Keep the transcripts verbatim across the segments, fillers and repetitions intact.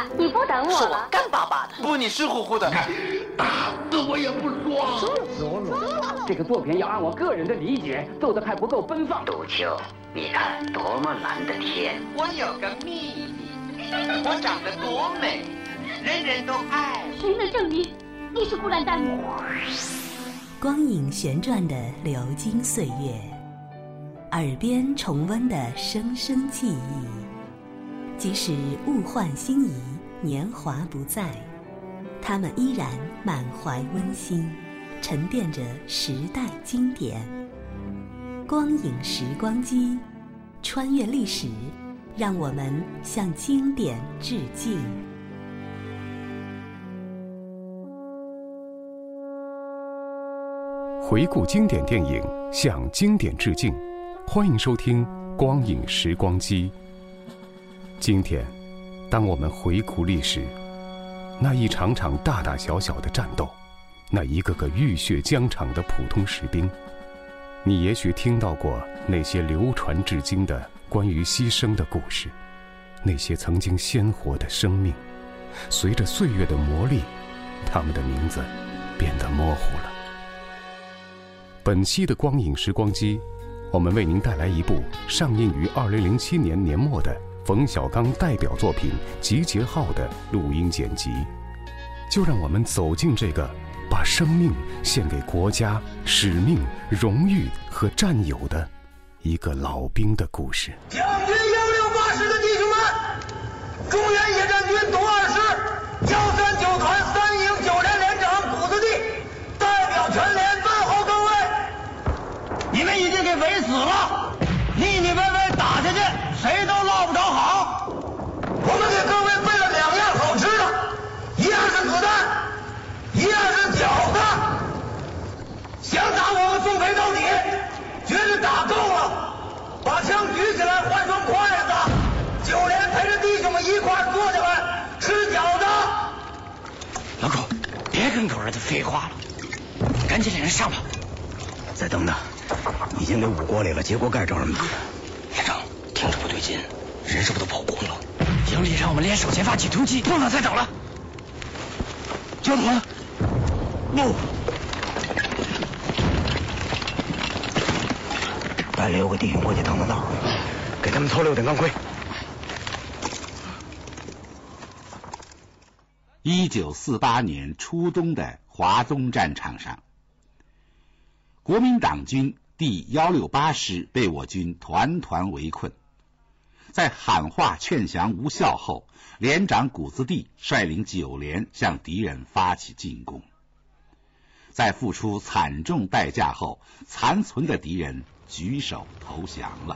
你不等我是我了？ 干巴巴的， 不，你湿乎乎的。 打死我也不说。 说说说，这个作品要按我个人的理解做的还不够奔放。 杜秋，你看多么蓝的天！ 我有个秘密，我长得多美，人人都爱。 谁能证明你是布兰丹？ 光影旋转的流金岁月，耳边重温的声声记忆，即使物换星移，年华不再，他们依然满怀温馨，沉淀着时代经典。光影时光机，穿越历史，让我们向经典致敬。 回顾经典电影，向经典致敬。欢迎收听《光影时光机》。今天，当我们回顾历史，那一场场大大小小的战斗，那一个个浴血疆场的普通士兵，你也许听到过那些流传至今的关于牺牲的故事，那些曾经鲜活的生命，随着岁月的磨砺，他们的名字变得模糊了。本期的光影时光机，我们为您带来一部上映于二零零七年年末的冯小刚代表作品《集结号》的录音剪辑。就让我们走进这个把生命献给国家、使命、荣誉和战友的一个老兵的故事。 将军幺六八师的弟兄们，中原野战军东二师幺三九团三营九连连长谷子地代表全连问候各位。你们已经给围死了，腻腻歪歪打下去，谁都落不着好。我们给各位备了两样好吃的，一样是子弹，一样是饺子。想打我们送陪到底，觉得打够了，把枪举起来换双筷子，九连陪着弟兄们一块儿坐下来吃饺子。 老狗，别跟狗儿子废话了，赶紧领人上吧。 再等等，已经给捂锅里了，结锅盖找什么？ 连长，听着不对劲，人是不是都跑光了？营里让我们联手前发起突击，不能再等了。交团， 不，带六个弟兄过去挡挡道，给他们凑六顶钢盔。 一九四八年初冬的华东战场上，国民党军第幺六八师被我军团团围困。在喊话劝降无效后，连长谷子地率领九连向敌人发起进攻。在付出惨重代价后，残存的敌人举手投降了。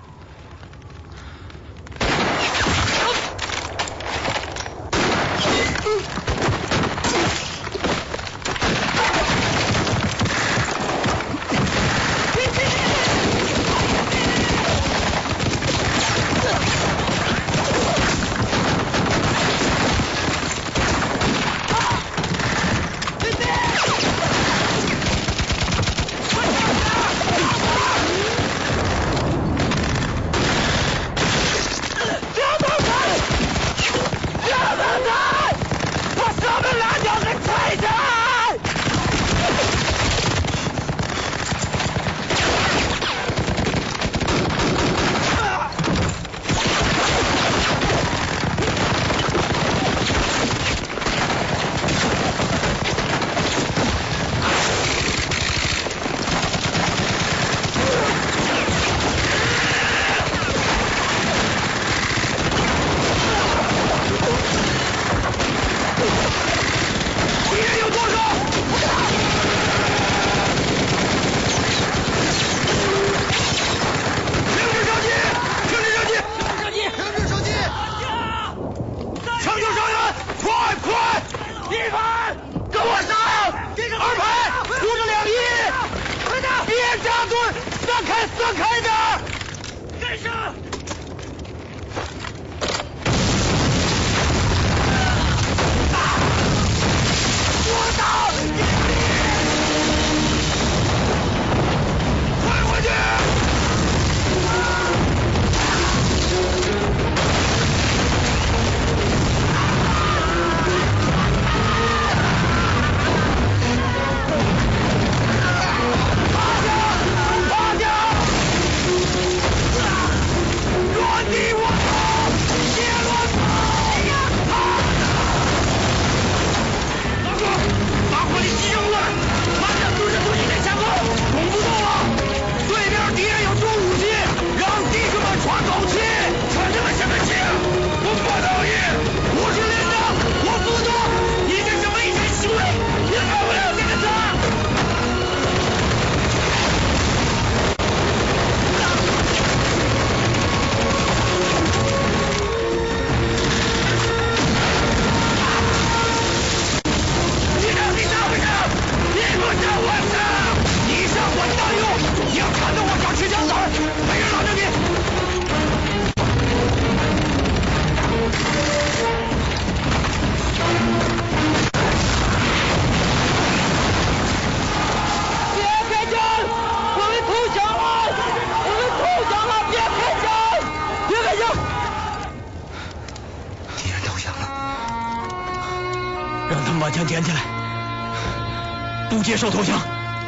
们把枪捡起来，不接受投降。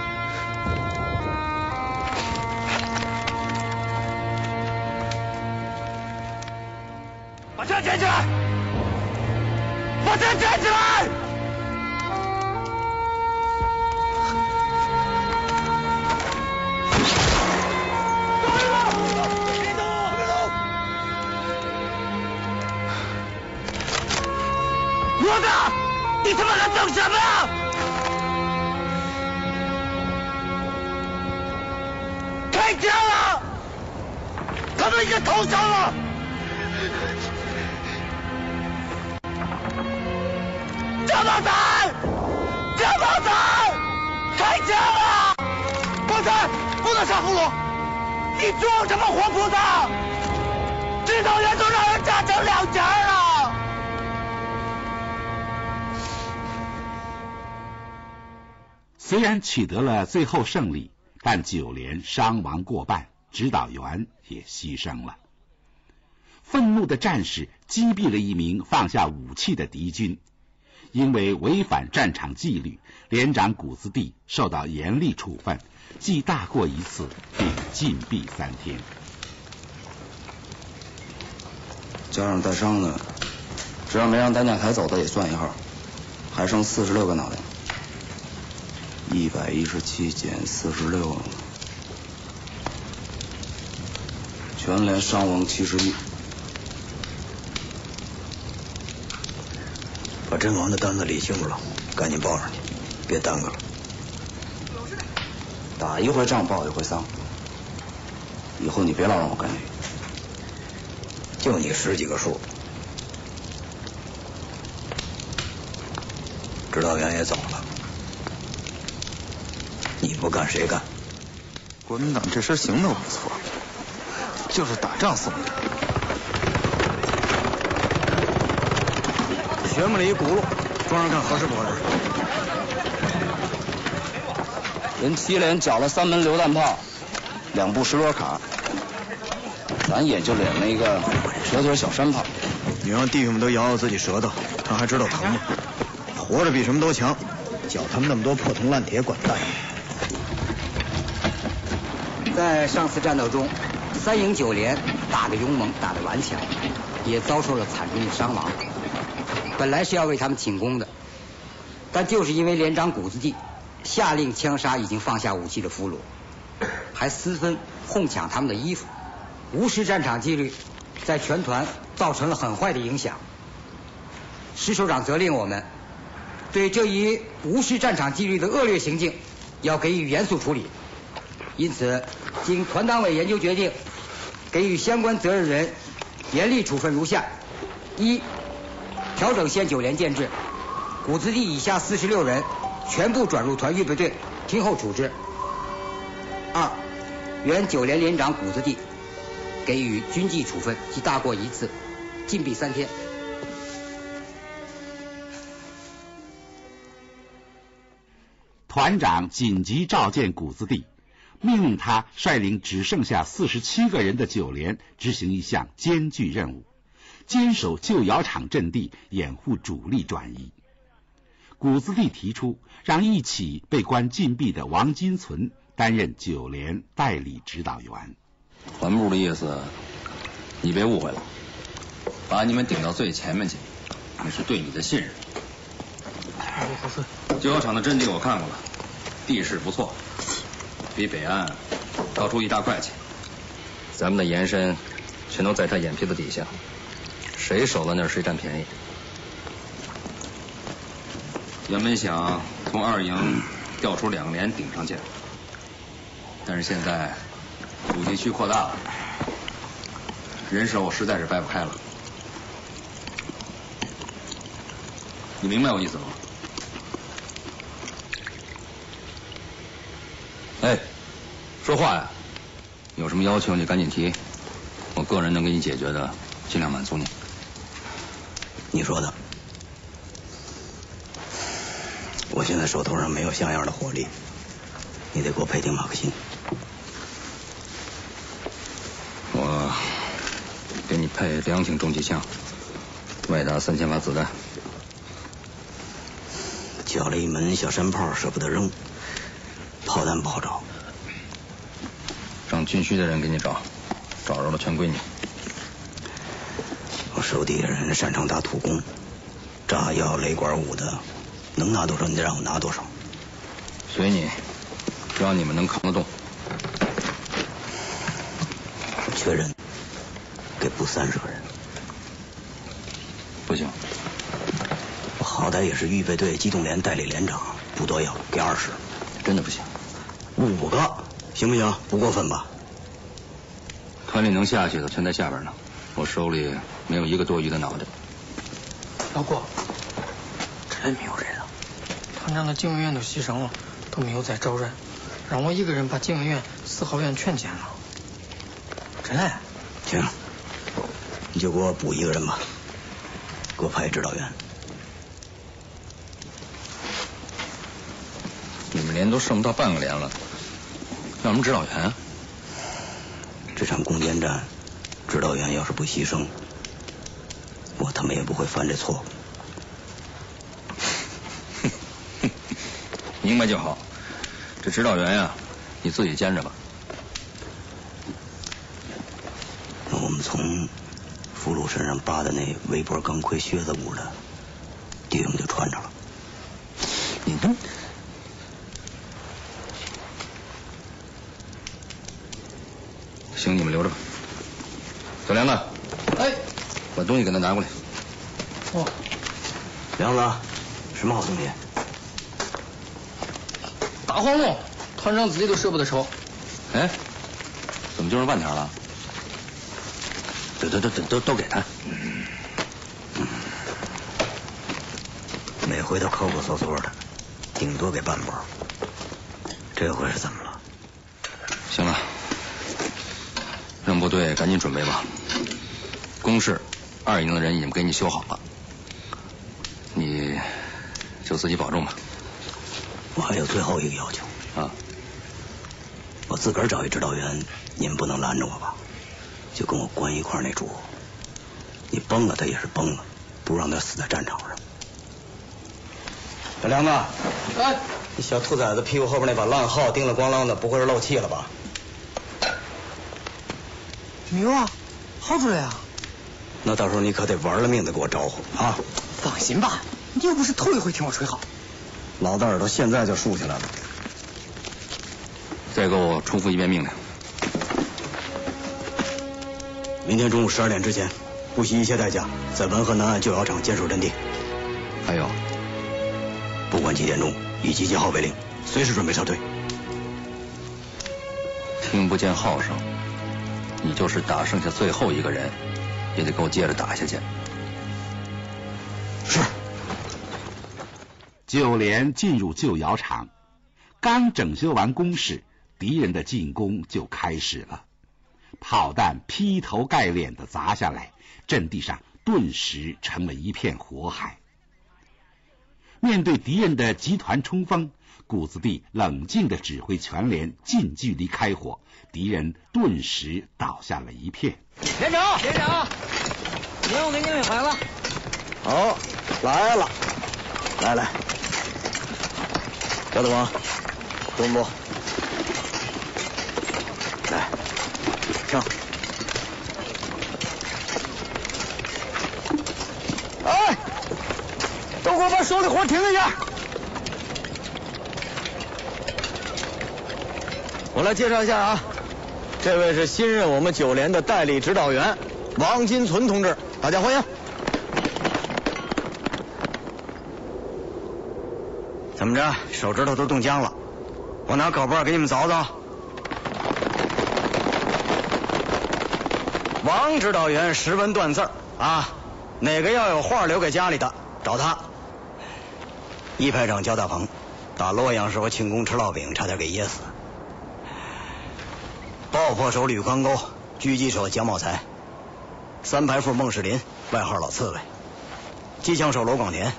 把枪捡起来！把枪捡起来！我的，你他妈还等什么？开枪啊！他们已经投降了。张宝才，张宝才，开枪啊！宝才，不能杀俘虏！你装什么活菩萨？指导员都让人炸成两截了。 虽然取得了最后胜利，但九连伤亡过半，指导员也牺牲了。愤怒的战士击毙了一名放下武器的敌军，因为违反战场纪律，连长谷子地受到严厉处分，记大过一次，并禁闭三天。 加上带伤的，只要没让担架抬走的也算一号，还剩四十六个脑袋。一百一十七减四十六，全连伤亡七十一。 把阵亡的单子理清楚了，赶紧报上去，别耽搁了。 打一回仗报一回丧，以后你别老让我干这个。 就你十几个数，指导员也走了。你不干谁干？ 国民党这身行头不错，就是打仗送的。 学么里一轱辘，装上看合适不合适。人七连缴了三门榴弹炮，两部十罗卡，咱也就连了一个折腿小山炮。 你让弟兄们都咬咬自己舌头，他还知道疼吗？活着比什么都强，缴他们那么多破铜烂铁管蛋。 在上次战斗中，三营九连打得勇猛，打得顽强，也遭受了惨重的伤亡。本来是要为他们请功的，但就是因为连长谷子地下令枪杀已经放下武器的俘虏，还私分哄抢他们的衣服，无视战场纪律，在全团造成了很坏的影响。师首长责令我们对这一无视战场纪律的恶劣行径要给予严肃处理。因此，经团党委研究决定，给予相关责任人严厉处分如下：一、调整现九连建制，谷子地以下四十六人全部转入团预备队，听候处置。二、原九连连长谷子地给予军纪处分，即大过一次，禁闭三天。 团长紧急召见谷子地，命令他率领只剩下四十七个人的九连执行一项艰巨任务，坚守旧窑厂阵地，掩护主力转移。谷子地提出让一起被关禁闭的王金存担任九连代理指导员。 团部的意思，你别误会了，把你们顶到最前面去，那是对你的信任。旧窑厂的阵地我看过了，地势不错，比北岸高出一大块去。咱们的延伸全都在他眼皮子底下，谁守了那儿谁占便宜。原本想从二营调出两个连顶上去，但是现在主机区扩大了，人手实在是掰不开了。你明白我意思吗？哎，说话呀！有什么要求你赶紧提，我个人能给你解决的，尽量满足你。 你说的，我现在手头上没有像样的火力，你得给我配顶马克沁。 我给你配两挺重机枪，外打三千发子弹。 交了一门小山炮，舍不得扔，炮弹不好找， 让军需的人给你找，找着了全归你。 我手底下人擅长打土工，炸药、雷管、武的，能拿多少你得让我拿多少。 随你，只要你们能扛得动。 我缺人，给补三十个人。 不行， 我好歹也是预备队机动连代理连长，不多要，给二十。 真的不行。 五个行不行？不过分吧？ 团里能下去的全在下边呢，我手里没有一个多余的脑袋。 老郭，真没有人了。团长的警卫员都牺牲了，都没有再找人，让我一个人把警卫员、四号员全歼了。真的？ 行，你就给我补一个人吧，给我派指导员。 你们连都剩不到半个连了，要什么指导员？ 这场攻坚战，指导员要是不牺牲，我他妈也不会犯这错误。 明白就好。这指导员呀、啊，你自己兼着吧。 那我们从俘虏身上扒的那围脖、钢盔、靴子捂的，弟兄就穿上了。 你这行，你们留着吧。小梁子， 哎， 把东西给他拿过来。 哦， 梁子，什么好东西？ 大黄龙，团长自己都舍不得抽。 哎，怎么就剩半条了？都都都都都都给他。 嗯，每回都抠抠搜搜的，顶多给半包。这回是怎么了？ 行了，让部队赶紧准备吧。工事二营的人已经给你修好了，你就自己保重吧。 我还有最后一个要求啊， 我自个儿找一指导员，你们不能拦着我吧？就跟我关一块那主，你崩了他也是崩了，不让他死在战场上。小梁子， 哎， 你小兔崽子屁股后边那把烂号叮了咣啷的，不会是漏气了吧？ 没有啊，好出来啊。 那到时候你可得玩了命的给我招呼啊！ 放心吧，你又不是头一回听我吹号。 老子耳朵现在就竖起来了。 再给我重复一遍命令。 明天中午十二点之前，不惜一切代价，在文河南岸旧窑厂坚守阵地。 还有， 不管几点钟，以集结号为令，随时准备撤退。 听不见号声，你就是打剩下最后一个人，也得给我接着打下去。 是。 九连进入旧窑厂，刚整修完工事，敌人的进攻就开始了。炮弹劈头盖脸的砸下来，阵地上顿时成了一片火海。面对敌人的集团冲锋，谷子地冷静地指挥全连近距离开火，敌人顿时倒下了一片。 连长，连长，连我给你们回了。 好，来了，来来，姚德王，东部，来，上。 哎，都给我把手里活停一下。我来介绍一下啊，这位是新任我们九连的代理指导员王金存同志，大家欢迎。 怎么着，手指头都冻僵了？我拿镐把给你们凿凿。王指导员识文断字啊，哪个要有话留给家里的，找他。一排长焦大鹏，打洛阳时候庆功吃烙饼，差点给噎死。爆破手吕宽沟，狙击手蒋茂才，三排副孟世林，外号老刺猬，机枪手罗广田，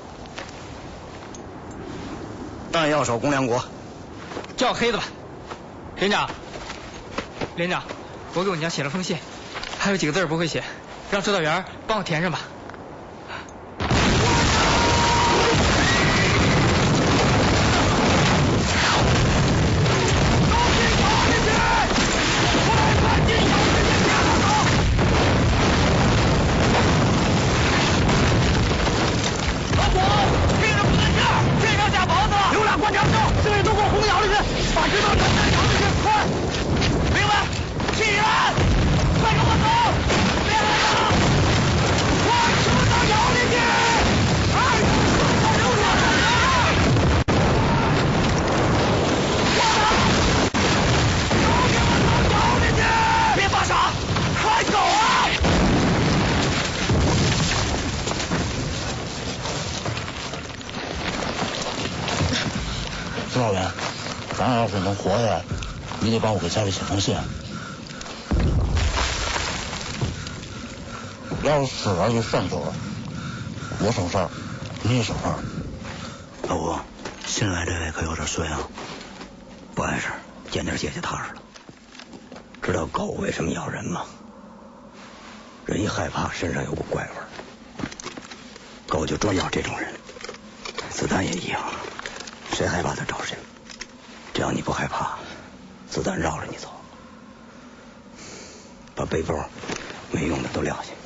弹药手龚良国， 叫黑子吧。连长，连长，我给我娘写了封信，还有几个字不会写，让指导员帮我填上吧。 少元，咱要是能活下来，你得帮我给家里写封信。要是死了就算走了，我省事儿，你也省事儿。 老吴，新来这位可有点衰啊，不碍事，见点血就踏实了。知道狗为什么咬人吗？人一害怕，身上有股怪味儿，狗就专咬这种人。子弹也一样，谁害怕他找谁。只要你不害怕，子弹绕着你走。把背包没用的都撂下，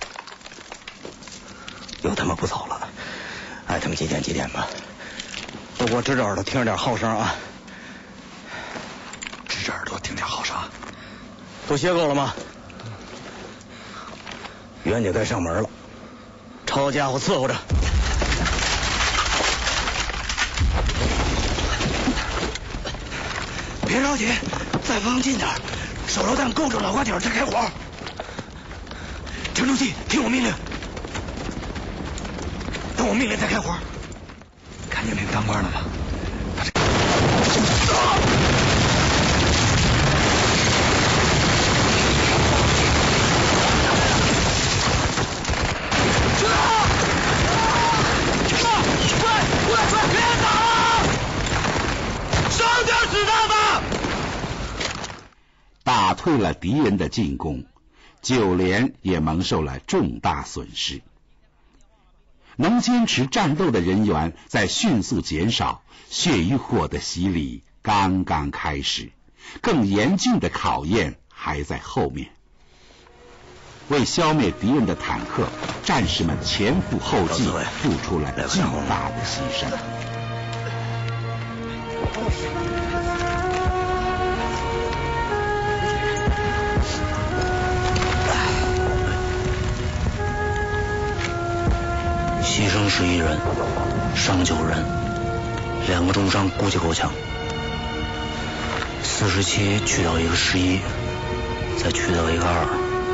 又他妈不走了，爱他妈几点几点吧。不过支着耳朵听着点号声啊， 支着耳朵听点号声。 都歇够了吗？袁姐该上门了，抄家伙伺候着。别着急，再放近点，手榴弹够着脑瓜顶再开火。沉住气，听我命令。等我命令再开火。 看见那个当官的吗？他这。 打退了敌人的进攻，九连也蒙受了重大损失。能坚持战斗的人员在迅速减少，血与火的洗礼刚刚开始，更严峻的考验还在后面。为消灭敌人的坦克，战士们前赴后继，付出了巨大的牺牲。 牺牲十一人，伤九人，两个重伤估计够呛。四十七去掉一个十一，再去掉一个二，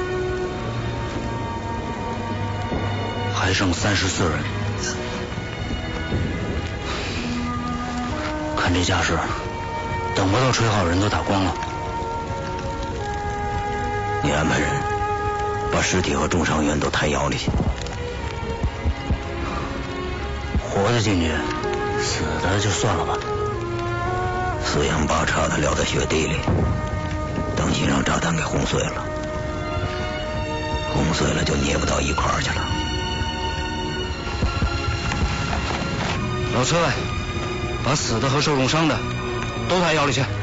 还剩三十四人。看这架势，等不到吹号人都打光了。你安排人把尸体和重伤员都抬窑里去。活的进去，死的就算了吧。四仰八叉的撂在雪地里，当心让炸弹给轰碎了。轰碎了就捏不到一块儿去了。老车外，把死的和受重伤的都抬窑里去。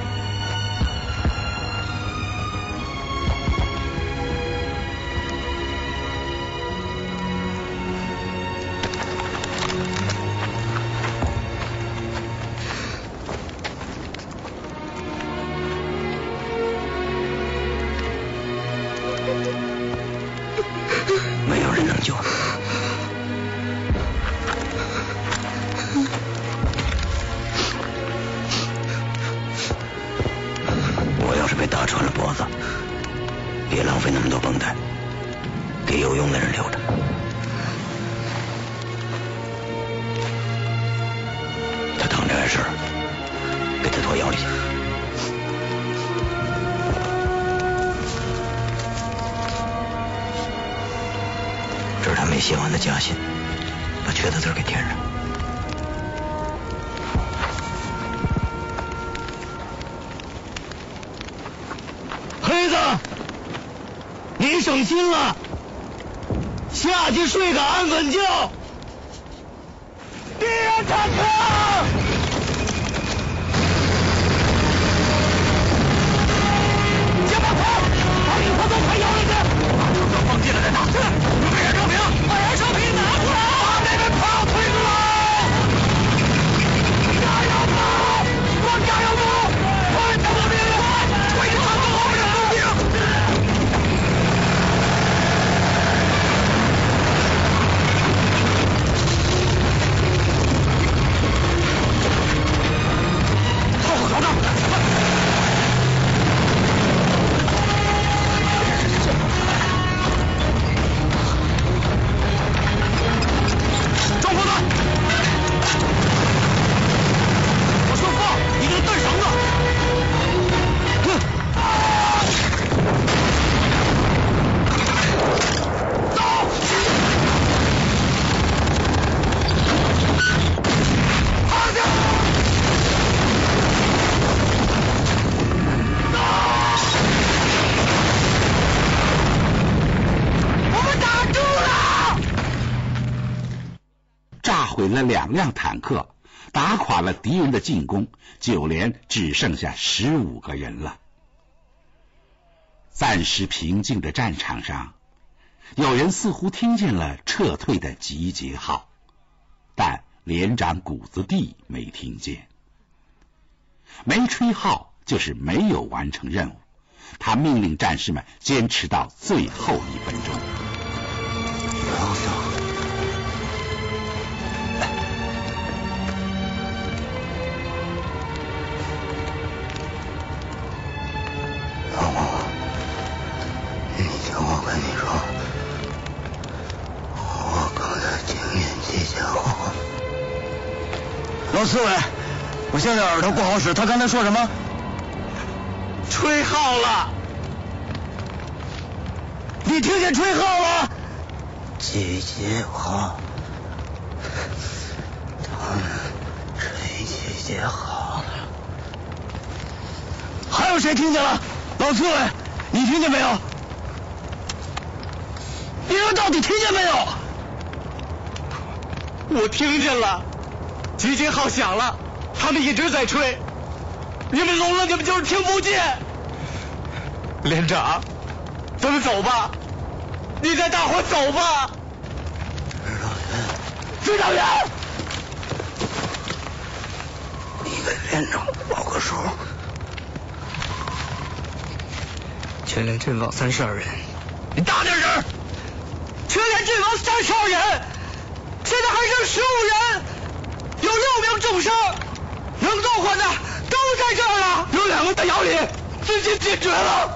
没有人能救。我要是被打穿了脖子，别浪费那么多绷带，给有用的人留着。他躺着碍事，给他拖窑里去。这是他没写完的家信，把缺的字给填上。黑子，你省心了，下去睡个安稳觉。敌人坦克！前方跑，把领头都抬窑里去，把六手放进来再打。是，准备燃烧瓶，把燃烧瓶拿过来，把那边炮推出来。加油跑，往加油跑，快等我命令，快给坦克后面的步兵。 毁了两辆坦克，打垮了敌人的进攻，九连只剩下十五个人了。暂时平静的战场上，有人似乎听见了撤退的集结号，但连长谷子地没听见。没吹号就是没有完成任务，他命令战士们坚持到最后一分钟。 老兄，老王，你听我跟你说，我刚才听见集结号。 老刺猬，我现在耳朵不好使，他刚才说什么？吹号了！你听见吹号了？ 集结号，他们吹集结号了。 还有谁听见了？老刺猬，你听见没有？你们到底听见没有？ 我听见了，集结号响了，他们一直在吹。你们聋了，你们就是听不见。连长，咱们走吧，你带大伙走吧。 指导员，指导员，你给连长报个数。 全连阵亡三十二人。 你大点声！ 全连阵亡三十二人，现在还剩十五人，有六名重伤，能动换的都在这儿了。 有两个在窑里，直接解决了。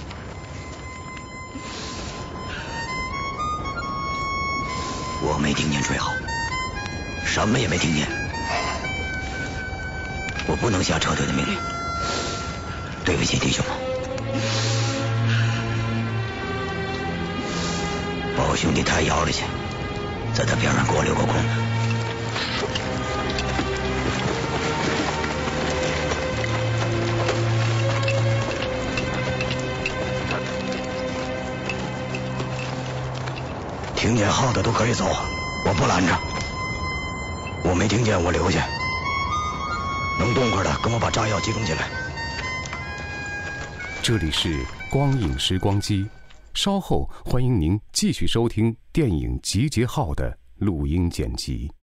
我没听见吹号，什么也没听见，我不能下撤退的命令，对不起弟兄们。把我兄弟抬窑里去，在他边上给我留个空。听见号的都可以走，我不拦着。我没听见，我留下。能动快的，跟我把炸药集中起来。 这里是光影时光机，稍后欢迎您继续收听电影《集结号》的录音剪辑。